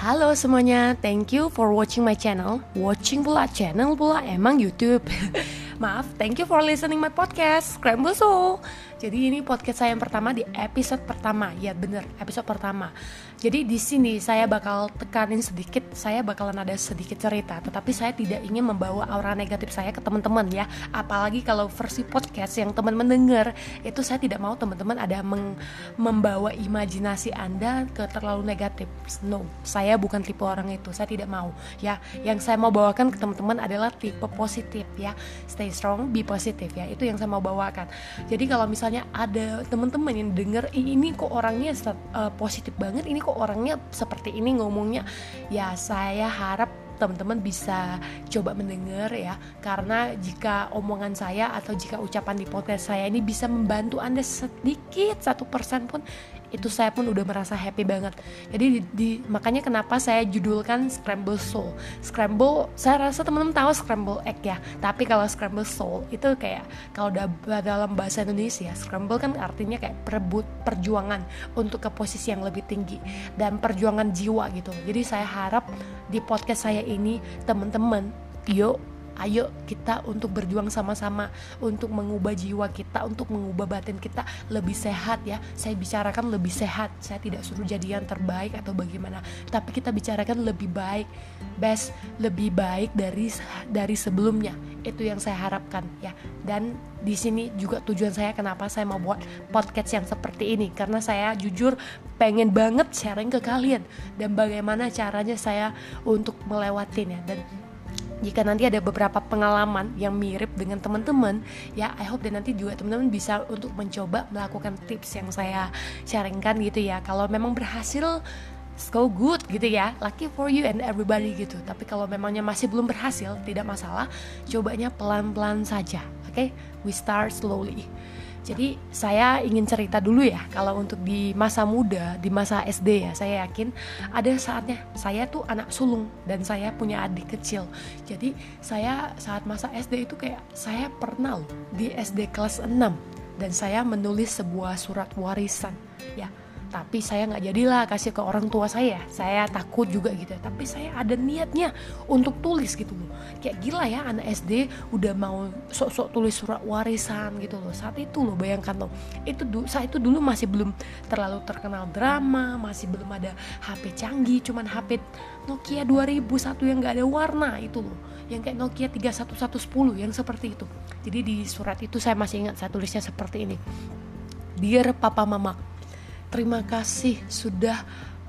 Halo semuanya, thank you for watching my channel. Watching pula channel pula, emang YouTube. Maaf, thank you for listening my podcast Scramble Soul. Jadi ini podcast saya yang pertama di episode pertama. Ya bener, episode pertama. Jadi di sini saya bakal tekanin sedikit, saya bakalan ada sedikit cerita, tetapi saya tidak ingin membawa aura negatif saya ke teman-teman ya. Apalagi kalau versi podcast yang teman-teman dengar, itu saya tidak mau teman-teman ada membawa imajinasi Anda ke terlalu negatif. No, saya bukan tipe orang itu, saya tidak mau ya. Yang saya mau bawakan ke teman-teman adalah tipe positif ya. Stay strong, be positive ya. Itu yang saya mau bawakan. Jadi kalau misalnya ada teman-teman yang denger ini kok orangnya positif banget, ini kok orangnya seperti ini ngomongnya, ya saya harap teman-teman bisa coba mendengar ya, karena jika omongan saya atau jika ucapan di podcast saya ini bisa membantu Anda sedikit 1% pun, itu saya pun udah merasa happy banget. Jadi makanya kenapa saya judulkan Scramble Soul. Scramble, saya rasa teman-teman tahu scramble egg ya, tapi kalau scramble soul itu kayak kalau dalam bahasa Indonesia, scramble kan artinya kayak perjuangan untuk ke posisi yang lebih tinggi dan perjuangan jiwa gitu. Jadi saya harap di podcast saya ini teman-teman, ayo kita untuk berjuang sama-sama untuk mengubah jiwa kita, untuk mengubah batin kita lebih sehat ya. Saya bicarakan lebih sehat, saya tidak suruh jadi yang terbaik atau bagaimana, tapi kita bicarakan lebih baik, best, lebih baik dari sebelumnya. Itu yang saya harapkan ya. Dan di sini juga tujuan saya kenapa saya mau buat podcast yang seperti ini, karena saya jujur pengen banget sharing ke kalian dan bagaimana caranya saya untuk melewatinya. Dan jika nanti ada beberapa pengalaman yang mirip dengan teman-teman ya, I hope dan nanti juga teman-teman bisa untuk mencoba melakukan tips yang saya sharingkan gitu ya. Kalau memang berhasil, go good gitu ya, lucky for you and everybody gitu. Tapi kalau memangnya masih belum berhasil, tidak masalah, cobanya pelan-pelan saja. Oke, we start slowly. Jadi saya ingin cerita dulu ya, kalau untuk di masa muda, di masa SD ya, saya yakin ada saatnya saya tuh anak sulung dan saya punya adik kecil. Jadi saya saat masa SD itu kayak saya pernah loh di SD kelas 6 dan saya menulis sebuah surat warisan ya. Tapi saya gak jadilah kasih ke orang tua saya takut juga gitu. Tapi saya ada niatnya untuk tulis gitu loh. Kayak gila ya, anak SD udah mau sok-sok tulis surat warisan gitu loh. Saat itu loh, bayangkan loh, saat itu dulu masih belum terlalu terkenal drama, masih belum ada HP canggih, cuman HP Nokia 2001 yang gak ada warna itu loh, yang kayak Nokia 31110 yang seperti itu. Jadi di surat itu saya masih ingat, saya tulisnya seperti ini: Dear Papa Mama, terima kasih sudah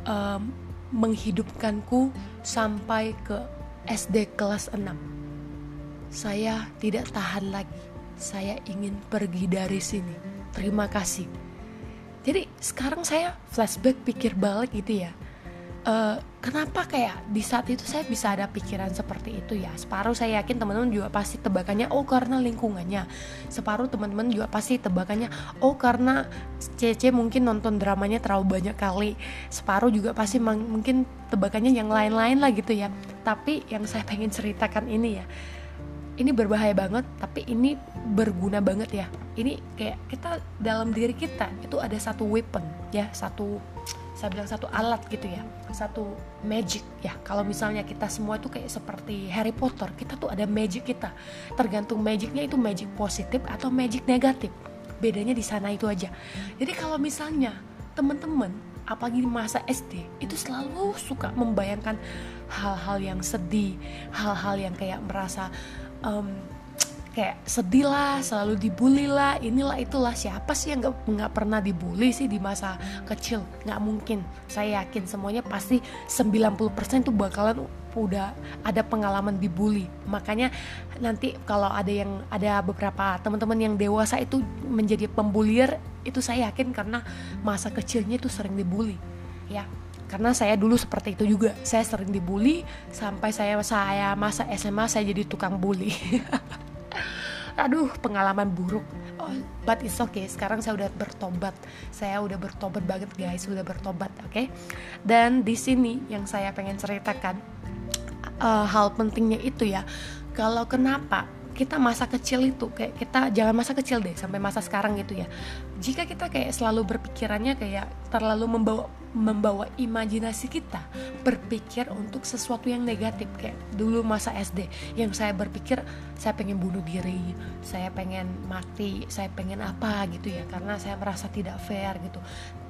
menghidupkanku sampai ke SD kelas 6. Saya tidak tahan lagi. Saya ingin pergi dari sini. Terima kasih. Jadi sekarang saya flashback, pikir balik gitu ya. Kenapa kayak di saat itu saya bisa ada pikiran seperti itu ya. Separuh saya yakin teman-teman juga pasti tebakannya karena lingkungannya. Separuh teman-teman juga pasti tebakannya karena Cece mungkin nonton dramanya terlalu banyak kali. Separuh juga pasti mungkin tebakannya yang lain-lain lah gitu ya. Tapi yang saya pengen ceritakan ini ya, ini berbahaya banget, tapi ini berguna banget ya. Ini kayak kita dalam diri kita itu ada satu weapon ya, saya bilang satu alat gitu ya, satu magic ya. Kalau misalnya kita semua itu kayak seperti Harry Potter, kita tuh ada magic kita. Tergantung magicnya itu magic positif atau magic negatif. Bedanya di sana itu aja. Jadi kalau misalnya teman-teman apalagi di masa SD itu selalu suka membayangkan hal-hal yang sedih, hal-hal yang kayak merasa kayak sedih lah, selalu dibully lah, inilah itulah. Siapa sih yang nggak pernah dibully sih di masa kecil? Nggak mungkin. Saya yakin semuanya pasti 90% tuh bakalan udah ada pengalaman dibully. Makanya nanti kalau ada beberapa teman-teman yang dewasa itu menjadi pembulier, itu saya yakin karena masa kecilnya itu sering dibully ya. Karena saya dulu seperti itu juga, saya sering dibully sampai saya masa SMA saya jadi tukang bully. Aduh, pengalaman buruk. But it's okay. Sekarang saya udah bertobat. Saya udah bertobat banget guys, sudah bertobat, oke? Dan di sini yang saya pengen ceritakan hal pentingnya itu ya. Kalau kenapa kita masa kecil itu, kayak kita jangan masa kecil deh, sampai masa sekarang gitu ya. Jika kita kayak selalu berpikirannya kayak terlalu membawa imajinasi kita berpikir untuk sesuatu yang negatif, kayak dulu masa SD yang saya berpikir saya pengen bunuh diri, saya pengen mati, saya pengen apa gitu ya, karena saya merasa tidak fair gitu.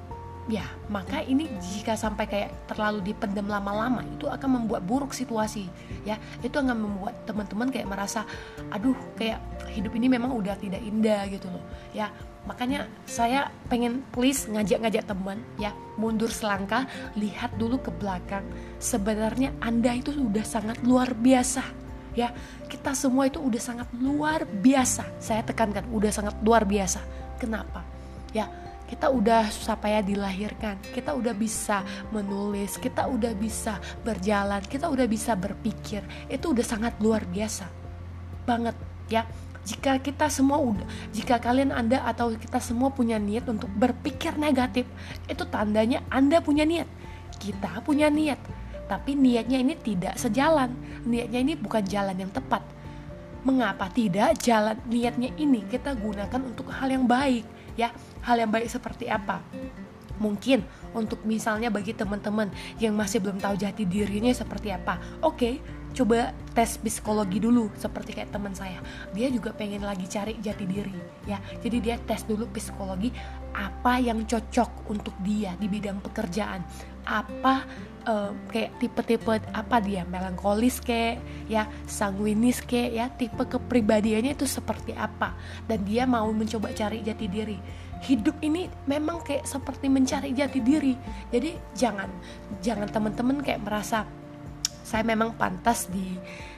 Ya, maka ini jika sampai kayak terlalu dipendam lama-lama, itu akan membuat buruk situasi ya. Itu akan membuat teman-teman kayak merasa, aduh kayak hidup ini memang udah tidak indah gitu loh ya. Makanya saya pengen please ngajak teman ya, mundur selangkah, lihat dulu ke belakang. Sebenarnya Anda itu udah sangat luar biasa ya. Kita semua itu udah sangat luar biasa. Saya tekankan, udah sangat luar biasa. Kenapa? Ya, kita udah susah payah dilahirkan, kita udah bisa menulis, kita udah bisa berjalan, kita udah bisa berpikir. Itu udah sangat luar biasa banget ya. Jika kita semua jika kalian, Anda atau kita semua punya niat untuk berpikir negatif, itu tandanya Anda punya niat, kita punya niat, tapi niatnya ini tidak sejalan, niatnya ini bukan jalan yang tepat. Mengapa tidak jalan niatnya ini kita gunakan untuk hal yang baik ya? Hal yang baik seperti apa? Mungkin untuk misalnya bagi teman-teman yang masih belum tahu jati dirinya seperti apa, oke, coba tes psikologi dulu. Seperti kayak teman saya, dia juga pengen lagi cari jati diri ya. Jadi dia tes dulu psikologi, apa yang cocok untuk dia di bidang pekerjaan, apa kayak tipe-tipe apa dia, melankolis kayak ya, sanguinis kayak ya, tipe kepribadiannya itu seperti apa, dan dia mau mencoba cari jati diri. Hidup ini memang kayak seperti mencari jati diri. Jadi jangan teman-teman kayak merasa saya memang pantas di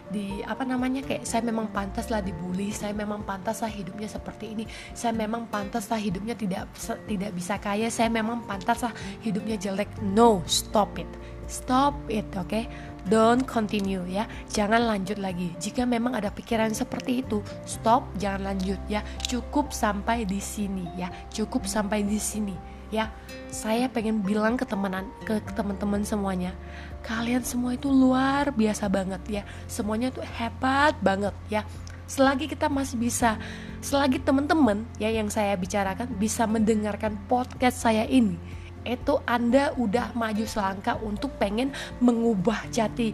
apa namanya, kayak saya memang pantas lah dibully, saya memang pantas lah hidupnya seperti ini, saya memang pantas lah hidupnya tidak bisa kaya, saya memang pantas lah hidupnya jelek. No, stop it, okay? Don't continue ya, jangan lanjut lagi. Jika memang ada pikiran seperti itu, stop, jangan lanjut ya. Cukup sampai di sini ya, cukup sampai di sini ya. Saya pengen bilang ke teman-teman semuanya, kalian semua itu luar biasa banget ya, semuanya itu hebat banget ya. Selagi kita masih bisa, selagi teman-teman ya yang saya bicarakan bisa mendengarkan podcast saya ini, itu Anda udah maju selangkah untuk pengen mengubah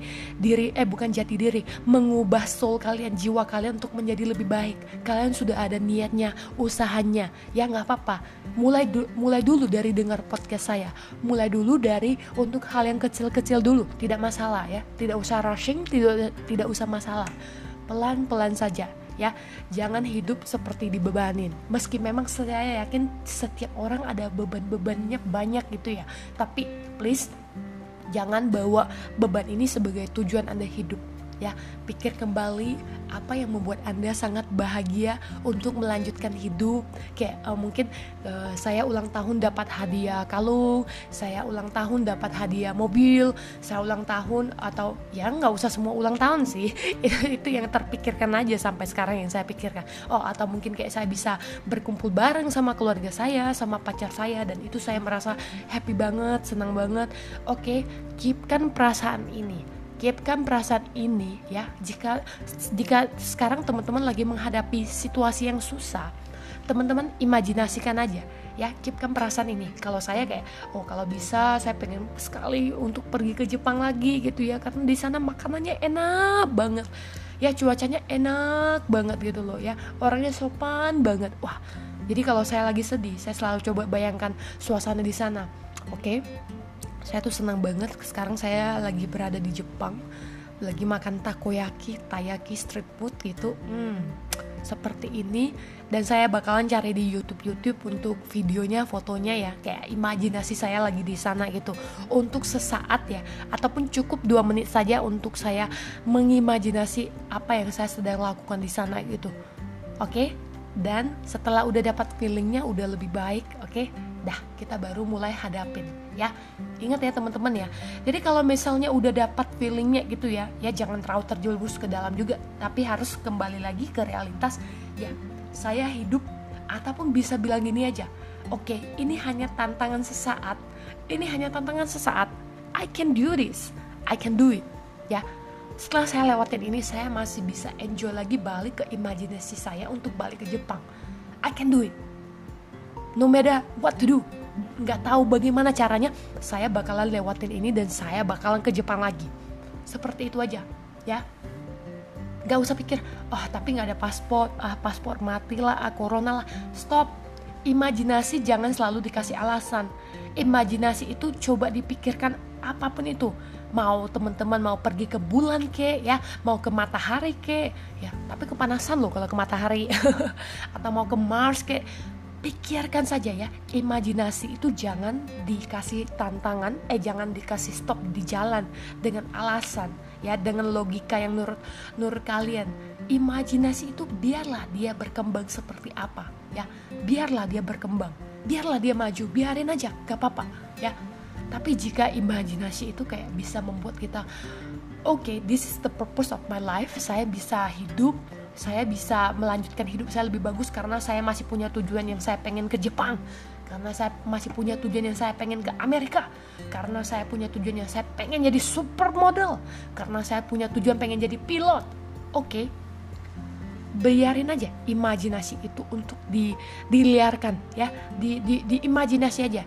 mengubah soul kalian, jiwa kalian untuk menjadi lebih baik. Kalian sudah ada niatnya, usahanya, ya nggak apa-apa. Mulai dulu dari dengar podcast saya, mulai dulu dari untuk hal yang kecil-kecil dulu, tidak masalah ya, tidak usah rushing, tidak usah masalah, pelan-pelan saja. Ya, jangan hidup seperti dibebanin. Meski memang saya yakin setiap orang ada beban-bebannya banyak gitu ya, tapi please jangan bawa beban ini sebagai tujuan Anda hidup. Ya, pikir kembali apa yang membuat Anda sangat bahagia untuk melanjutkan hidup. Kayak mungkin saya ulang tahun dapat hadiah kalung, saya ulang tahun dapat hadiah mobil, saya ulang tahun, atau ya nggak usah semua ulang tahun sih. itu yang terpikirkan aja sampai sekarang yang saya pikirkan. Oh, atau mungkin kayak saya bisa berkumpul bareng sama keluarga saya, sama pacar saya, dan itu saya merasa happy banget, senang banget. Oke, keepkan perasaan ini ya. Jika sekarang teman-teman lagi menghadapi situasi yang susah, teman-teman imajinasikan aja ya, keepkan perasaan ini. Kalau saya kayak, kalau bisa saya pengen sekali untuk pergi ke Jepang lagi gitu ya, karena di sana makanannya enak banget ya, cuacanya enak banget gitu loh ya, orangnya sopan banget. Wah, jadi kalau saya lagi sedih, saya selalu coba bayangkan suasana di sana. Oke. Saya tuh senang banget sekarang saya lagi berada di Jepang, lagi makan takoyaki street food gitu, seperti ini. Dan saya bakalan cari di YouTube untuk videonya, fotonya ya, kayak imajinasi saya lagi di sana gitu, untuk sesaat ya, ataupun cukup 2 menit saja untuk saya mengimajinasi apa yang saya sedang lakukan di sana gitu. Oke? Dan setelah udah dapat feelingnya udah lebih baik, oke? Dah, kita baru mulai hadapin ya. Ingat ya teman-teman ya. Jadi kalau misalnya udah dapat feelingnya gitu ya, jangan terlalu terjerumus ke dalam juga, tapi harus kembali lagi ke realitas ya. Saya hidup, ataupun bisa bilang gini aja, oke, ini hanya tantangan sesaat. I can do this, I can do it ya. Setelah saya lewatin ini, saya masih bisa enjoy lagi balik ke imajinasi saya untuk balik ke Jepang. I can do it. No matter what to do. Nggak tahu bagaimana caranya, saya bakalan lewatin ini dan saya bakalan ke Jepang lagi. Seperti itu aja, ya. Nggak usah pikir, tapi nggak ada paspor mati lah, corona lah. Stop. Imajinasi jangan selalu dikasih alasan. Imajinasi itu coba dipikirkan apapun itu. Mau teman-teman mau pergi ke bulan ke, ya, mau ke matahari ke, ya, tapi kepanasan loh kalau ke matahari. Atau mau ke Mars ke. Pikirkan saja ya, imajinasi itu jangan dikasih tantangan, jangan dikasih stop di jalan dengan alasan, ya, dengan logika yang menurut kalian. Imajinasi itu biarlah dia berkembang seperti apa, ya, biarlah dia berkembang, biarlah dia maju, biarin aja, gak apa-apa, ya. Tapi jika imajinasi itu kayak bisa membuat kita, okay, this is the purpose of my life, saya bisa hidup, saya bisa melanjutkan hidup saya lebih bagus karena saya masih punya tujuan yang saya pengen ke Jepang, karena saya masih punya tujuan yang saya pengen ke Amerika, karena saya punya tujuan yang saya pengen jadi supermodel, karena saya punya tujuan pengen jadi pilot. Oke, biarin aja imajinasi itu untuk diliarkan, ya, di imajinasi aja.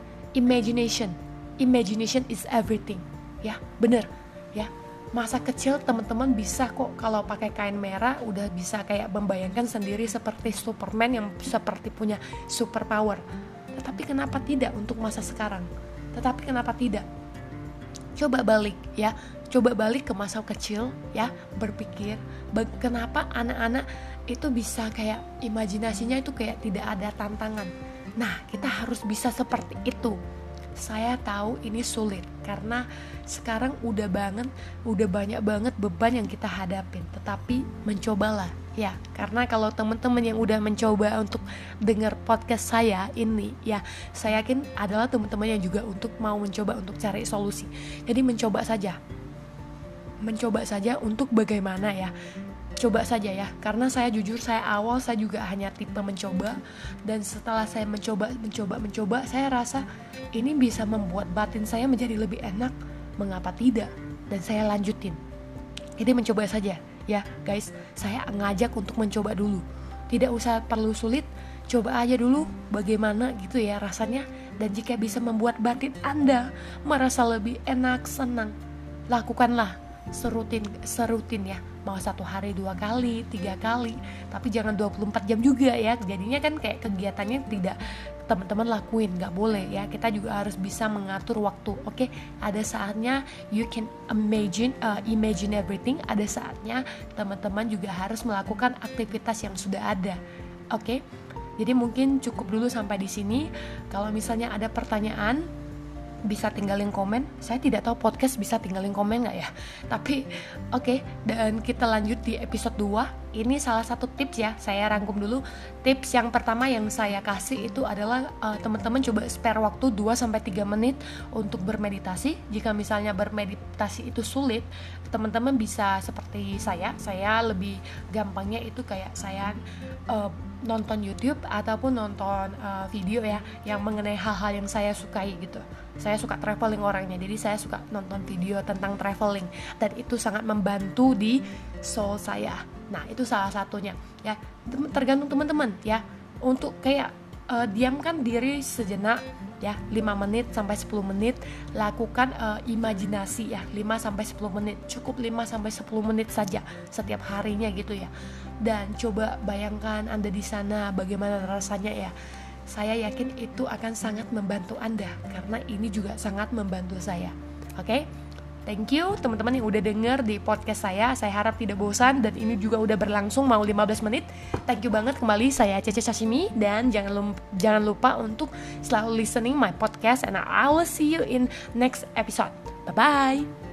Imagination is everything, ya, bener, ya. Masa kecil teman-teman bisa kok kalau pakai kain merah udah bisa kayak membayangkan sendiri seperti Superman yang seperti punya super power. Tetapi kenapa tidak untuk masa sekarang? Tetapi kenapa tidak? Coba balik, ya. Coba balik ke masa kecil, ya. Berpikir kenapa anak-anak itu bisa kayak imajinasinya itu kayak tidak ada tantangan. Nah, kita harus bisa seperti itu. Saya tahu ini sulit karena sekarang udah banyak banget beban yang kita hadapin. Tetapi mencobalah, ya. Karena kalau teman-teman yang udah mencoba untuk dengar podcast saya ini, ya, saya yakin adalah teman-teman yang juga untuk mau mencoba untuk cari solusi. Jadi mencoba saja untuk bagaimana, ya. Coba saja, ya, karena saya jujur saya juga hanya tipe mencoba, dan setelah saya mencoba, saya rasa ini bisa membuat batin saya menjadi lebih enak, mengapa tidak, dan saya lanjutin. Jadi mencoba saja, ya guys, saya ngajak untuk mencoba dulu, tidak usah perlu sulit, coba aja dulu bagaimana gitu ya rasanya, dan jika bisa membuat batin Anda merasa lebih enak, senang, lakukanlah serutin ya, mau 1 hari 2 kali 3 kali, tapi jangan 24 jam juga, ya. Jadinya kan kayak kegiatannya tidak teman-teman lakuin, nggak boleh, ya. Kita juga harus bisa mengatur waktu. Oke, ada saatnya you can imagine everything, ada saatnya teman-teman juga harus melakukan aktivitas yang sudah ada. Oke, jadi mungkin cukup dulu sampai di sini. Kalau misalnya ada pertanyaan bisa tinggalin komen. Saya tidak tahu podcast bisa tinggalin komen gak ya. Tapi oke, dan kita lanjut di episode 2. Ini salah satu tips, ya. Saya rangkum dulu. Tips yang pertama yang saya kasih itu adalah teman-teman coba spare waktu 2-3 menit untuk bermeditasi. Jika misalnya bermeditasi itu sulit, teman-teman bisa seperti saya lebih gampangnya itu kayak saya nonton YouTube ataupun nonton video, ya, yang mengenai hal-hal yang saya sukai gitu. Saya suka traveling orangnya, jadi saya suka nonton video tentang traveling, dan itu sangat membantu di soul saya. Nah, itu salah satunya, ya. Tergantung teman-teman, ya, untuk kayak diamkan diri sejenak, ya, 5 menit sampai 10 menit, lakukan imajinasi, ya, 5 sampai 10 menit, cukup 5 sampai 10 menit saja setiap harinya gitu, ya. Dan coba bayangkan Anda di sana bagaimana rasanya, ya. Saya yakin itu akan sangat membantu Anda, karena ini juga sangat membantu saya. Oke? Thank you teman-teman yang udah denger di podcast saya. Saya harap tidak bosan, dan ini juga udah berlangsung mau 15 menit. Thank you banget kembali, saya Cece Sashimi, dan jangan lupa untuk selalu listening my podcast, and I will see you in next episode. Bye bye.